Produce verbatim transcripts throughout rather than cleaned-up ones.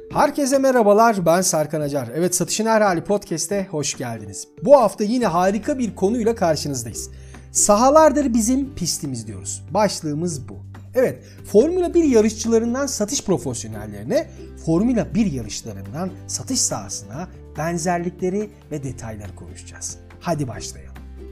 Herkese merhabalar, ben Serkan Acar. Evet, Satışın Her Hali Podcast'e hoş geldiniz. Bu hafta yine harika bir konuyla karşınızdayız. Sahalardır bizim pistimiz diyoruz. Başlığımız bu. Evet, Formula bir yarışçılarından satış profesyonellerine, Formula bir yarışlarından satış sahasına benzerlikleri ve detayları konuşacağız. Hadi başlayalım.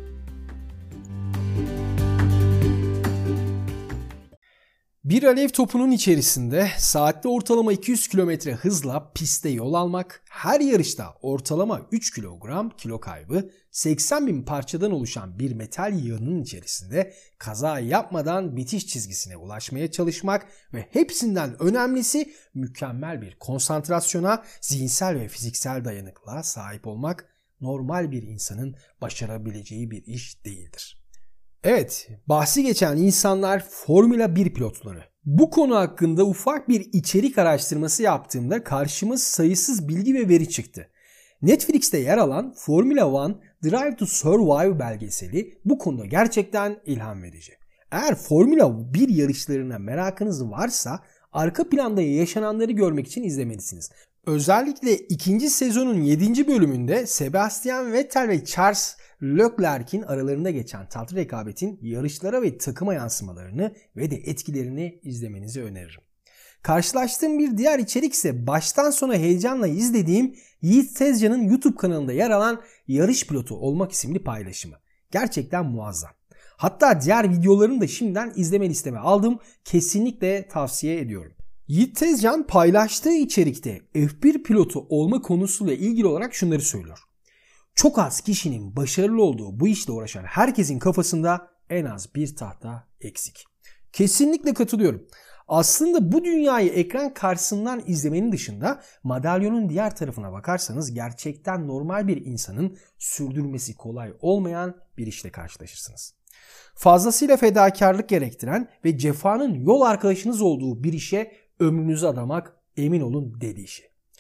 Bir alev topunun içerisinde saatte ortalama iki yüz kilometre hızla pistte yol almak, her yarışta ortalama üç kilogram kilo kaybı, seksen bin parçadan oluşan bir metal yığının içerisinde kaza yapmadan bitiş çizgisine ulaşmaya çalışmak ve hepsinden önemlisi mükemmel bir konsantrasyona, zihinsel ve fiziksel dayanıklığa sahip olmak normal bir insanın başarabileceği bir iş değildir. Evet, bahsi geçen insanlar Formula bir pilotları. Bu konu hakkında ufak bir içerik araştırması yaptığımda karşıma sayısız bilgi ve veri çıktı. Netflix'te yer alan Formula bir Drive to Survive belgeseli bu konuda gerçekten ilham verici. Eğer Formula bir yarışlarına merakınız varsa arka planda yaşananları görmek için izlemelisiniz. Özellikle ikinci sezonun yedinci bölümünde Sebastian Vettel ve Charles Leclerc'in aralarında geçen tatlı rekabetin yarışlara ve takıma yansımalarını ve de etkilerini izlemenizi öneririm. Karşılaştığım bir diğer içerik ise baştan sona heyecanla izlediğim Yiğit Tezcan'ın YouTube kanalında yer alan Yarış Pilotu Olmak isimli paylaşımı. Gerçekten muazzam. Hatta diğer videolarını da şimdiden izleme listeme aldım. Kesinlikle tavsiye ediyorum. Yiğit Tezcan paylaştığı içerikte F bir pilotu olma konusuyla ilgili olarak şunları söylüyor. Çok az kişinin başarılı olduğu bu işle uğraşan herkesin kafasında en az bir tahta eksik. Kesinlikle katılıyorum. Aslında bu dünyayı ekran karşısından izlemenin dışında madalyonun diğer tarafına bakarsanız gerçekten normal bir insanın sürdürmesi kolay olmayan bir işle karşılaşırsınız. Fazlasıyla fedakarlık gerektiren ve cefanın yol arkadaşınız olduğu bir işe ömrünüzü adamak emin olun dedi işi.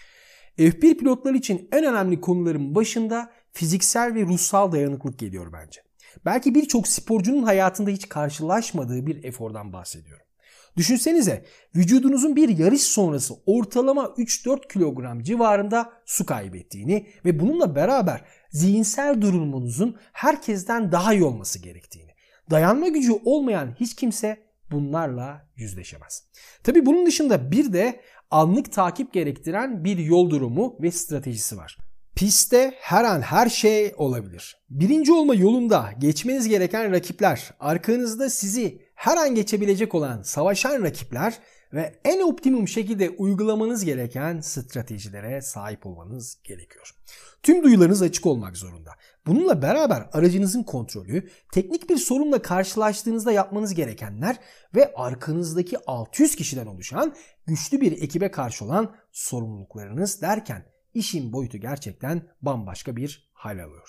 F bir pilotlar için en önemli konuların başında fiziksel ve ruhsal dayanıklık geliyor bence. Belki birçok sporcunun hayatında hiç karşılaşmadığı bir efordan bahsediyorum. Düşünsenize, vücudunuzun bir yarış sonrası ortalama üç dört kilogram civarında su kaybettiğini ve bununla beraber zihinsel durumunuzun herkesten daha iyi olması gerektiğini. Dayanma gücü olmayan hiç kimse bunlarla yüzleşemez. Tabii bunun dışında bir de anlık takip gerektiren bir yol durumu ve stratejisi var. Pistte her an her şey olabilir. Birinci olma yolunda geçmeniz gereken rakipler, arkanızda sizi her an geçebilecek olan savaşan rakipler ve en optimum şekilde uygulamanız gereken stratejilere sahip olmanız gerekiyor. Tüm duyularınız açık olmak zorunda. Bununla beraber aracınızın kontrolü, teknik bir sorunla karşılaştığınızda yapmanız gerekenler ve arkanızdaki altı yüz kişiden oluşan güçlü bir ekibe karşı olan sorumluluklarınız derken işin boyutu gerçekten bambaşka bir hal alıyor.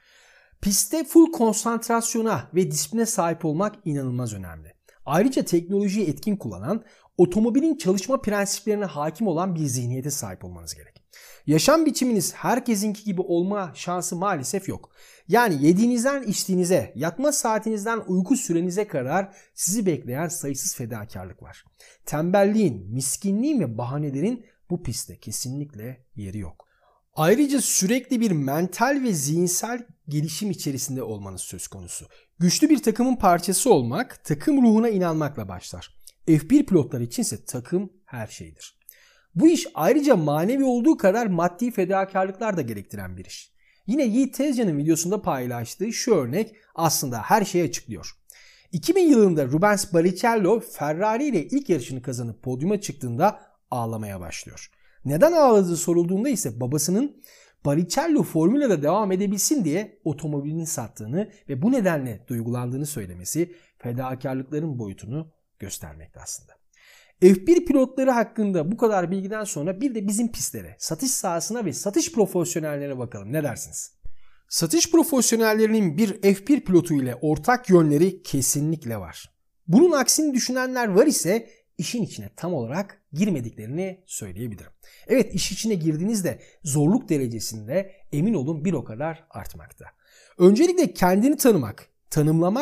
Pistte full konsantrasyona ve disipline sahip olmak inanılmaz önemli. Ayrıca teknolojiyi etkin kullanan, otomobilin çalışma prensiplerine hakim olan bir zihniyete sahip olmanız gerek. Yaşam biçiminiz herkesinki gibi olma şansı maalesef yok. Yani yediğinizden içtiğinize, yatma saatinizden uyku sürenize kadar sizi bekleyen sayısız fedakarlık var. Tembelliğin, miskinliğin ve bahanelerin bu pistte kesinlikle yeri yok. Ayrıca sürekli bir mental ve zihinsel gelişim içerisinde olmanız söz konusu. Güçlü bir takımın parçası olmak, takım ruhuna inanmakla başlar. F bir pilotlar içinse takım her şeydir. Bu iş ayrıca manevi olduğu kadar maddi fedakarlıklar da gerektiren bir iş. Yine Yiğit Tezcan'ın videosunda paylaştığı şu örnek aslında her şeyi açıklıyor. iki bin yılında Rubens Barrichello Ferrari ile ilk yarışını kazanıp podyuma çıktığında ağlamaya başlıyor. Neden ağladığı sorulduğunda ise babasının Barrichello Formula'da devam edebilsin diye otomobilini sattığını ve bu nedenle duygulandığını söylemesi fedakarlıkların boyutunu göstermekte aslında. F bir pilotları hakkında bu kadar bilgiden sonra bir de bizim pistlere, satış sahasına ve satış profesyonellerine bakalım. Ne dersiniz? Satış profesyonellerinin bir F bir pilotu ile ortak yönleri kesinlikle var. Bunun aksini düşünenler var ise işin içine tam olarak girmediklerini söyleyebilirim. Evet, iş içine girdiğinizde zorluk derecesinde emin olun bir o kadar artmakta. Öncelikle kendini tanımak, tanımlamak ve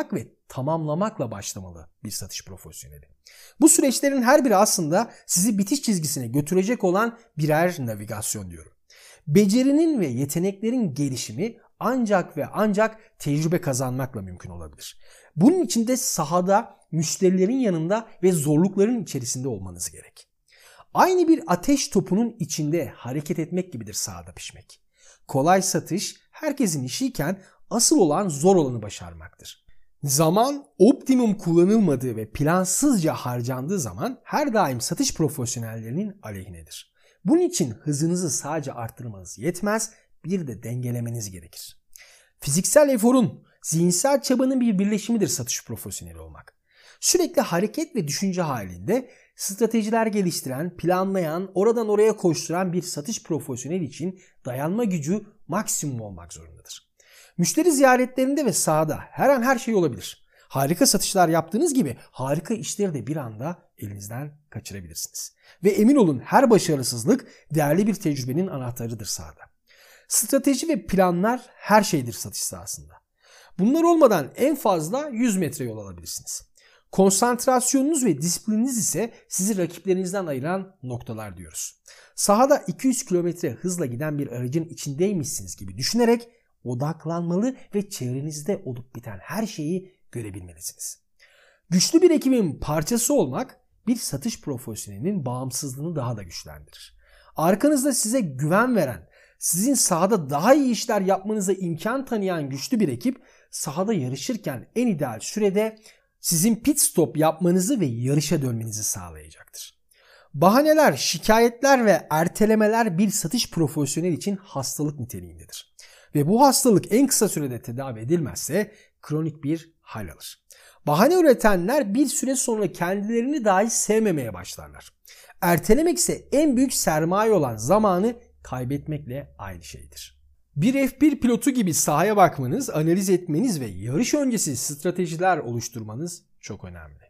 tamamlamakla başlamalı bir satış profesyoneli. Bu süreçlerin her biri aslında sizi bitiş çizgisine götürecek olan birer navigasyon diyorum. Becerinin ve yeteneklerin gelişimi ancak ve ancak tecrübe kazanmakla mümkün olabilir. Bunun için de sahada, müşterilerin yanında ve zorlukların içerisinde olmanız gerek. Aynı bir ateş topunun içinde hareket etmek gibidir sahada pişmek. Kolay satış herkesin işiyken asıl olan zor olanı başarmaktır. Zaman optimum kullanılmadığı ve plansızca harcandığı zaman her daim satış profesyonellerinin aleyhinedir. Bunun için hızınızı sadece arttırmanız yetmez, bir de dengelemeniz gerekir. Fiziksel eforun, zihinsel çabanın bir birleşimidir satış profesyoneli olmak. Sürekli hareket ve düşünce halinde stratejiler geliştiren, planlayan, oradan oraya koşturan bir satış profesyoneli için dayanma gücü maksimum olmak zorundadır. Müşteri ziyaretlerinde ve sahada her an her şey olabilir. Harika satışlar yaptığınız gibi harika işleri de bir anda elinizden kaçırabilirsiniz. Ve emin olun her başarısızlık değerli bir tecrübenin anahtarıdır sahada. Strateji ve planlar her şeydir satış sahasında. Bunlar olmadan en fazla yüz metre yol alabilirsiniz. Konsantrasyonunuz ve disiplininiz ise sizi rakiplerinizden ayıran noktalar diyoruz. Sahada iki yüz kilometre hızla giden bir aracın içindeymişsiniz gibi düşünerek odaklanmalı ve çevrenizde olup biten her şeyi görebilmelisiniz. Güçlü bir ekibin parçası olmak bir satış profesyonelinin bağımsızlığını daha da güçlendirir. Arkanızda size güven veren, sizin sahada daha iyi işler yapmanıza imkan tanıyan güçlü bir ekip sahada yarışırken en ideal sürede sizin pit stop yapmanızı ve yarışa dönmenizi sağlayacaktır. Bahaneler, şikayetler ve ertelemeler bir satış profesyoneli için hastalık niteliğindedir. Ve bu hastalık en kısa sürede tedavi edilmezse kronik bir hal alır. Bahane üretenler bir süre sonra kendilerini dahi sevmemeye başlarlar. Ertelemek ise en büyük sermaye olan zamanı kaybetmekle aynı şeydir. Bir F bir pilotu gibi sahaya bakmanız, analiz etmeniz ve yarış öncesi stratejiler oluşturmanız çok önemli.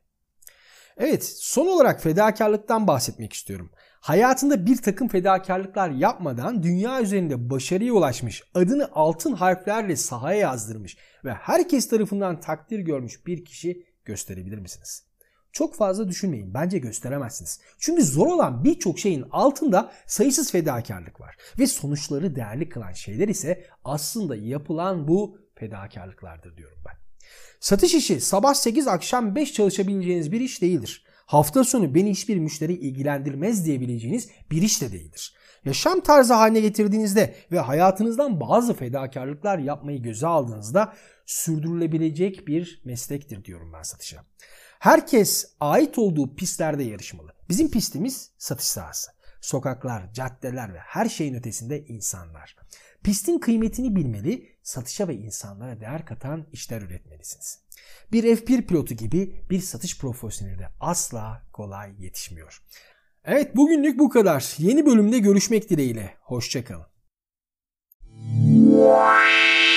Evet, son olarak fedakarlıktan bahsetmek istiyorum. Hayatında bir takım fedakarlıklar yapmadan dünya üzerinde başarıya ulaşmış, adını altın harflerle sahaya yazdırmış ve herkes tarafından takdir görmüş bir kişi gösterebilir misiniz? Çok fazla düşünmeyin. Bence gösteremezsiniz. Çünkü zor olan birçok şeyin altında sayısız fedakarlık var. Ve sonuçları değerli kılan şeyler ise aslında yapılan bu fedakarlıklardır diyorum ben. Satış işi sabah sekiz akşam beş çalışabileceğiniz bir iş değildir. Hafta sonu beni hiçbir müşteri ilgilendirmez diyebileceğiniz bir iş de değildir. Yaşam tarzı haline getirdiğinizde ve hayatınızdan bazı fedakarlıklar yapmayı göze aldığınızda sürdürülebilecek bir meslektir diyorum ben satışa. Herkes ait olduğu pistlerde yarışmalı. Bizim pistimiz satış sahası. Sokaklar, caddeler ve her şeyin ötesinde insanlar. Pistin kıymetini bilmeli, satışa ve insanlara değer katan işler üretmelisiniz. Bir F bir pilotu gibi bir satış profesyoneli de asla kolay yetişmiyor. Evet, bugünlük bu kadar. Yeni bölümde görüşmek dileğiyle. Hoşça kalın.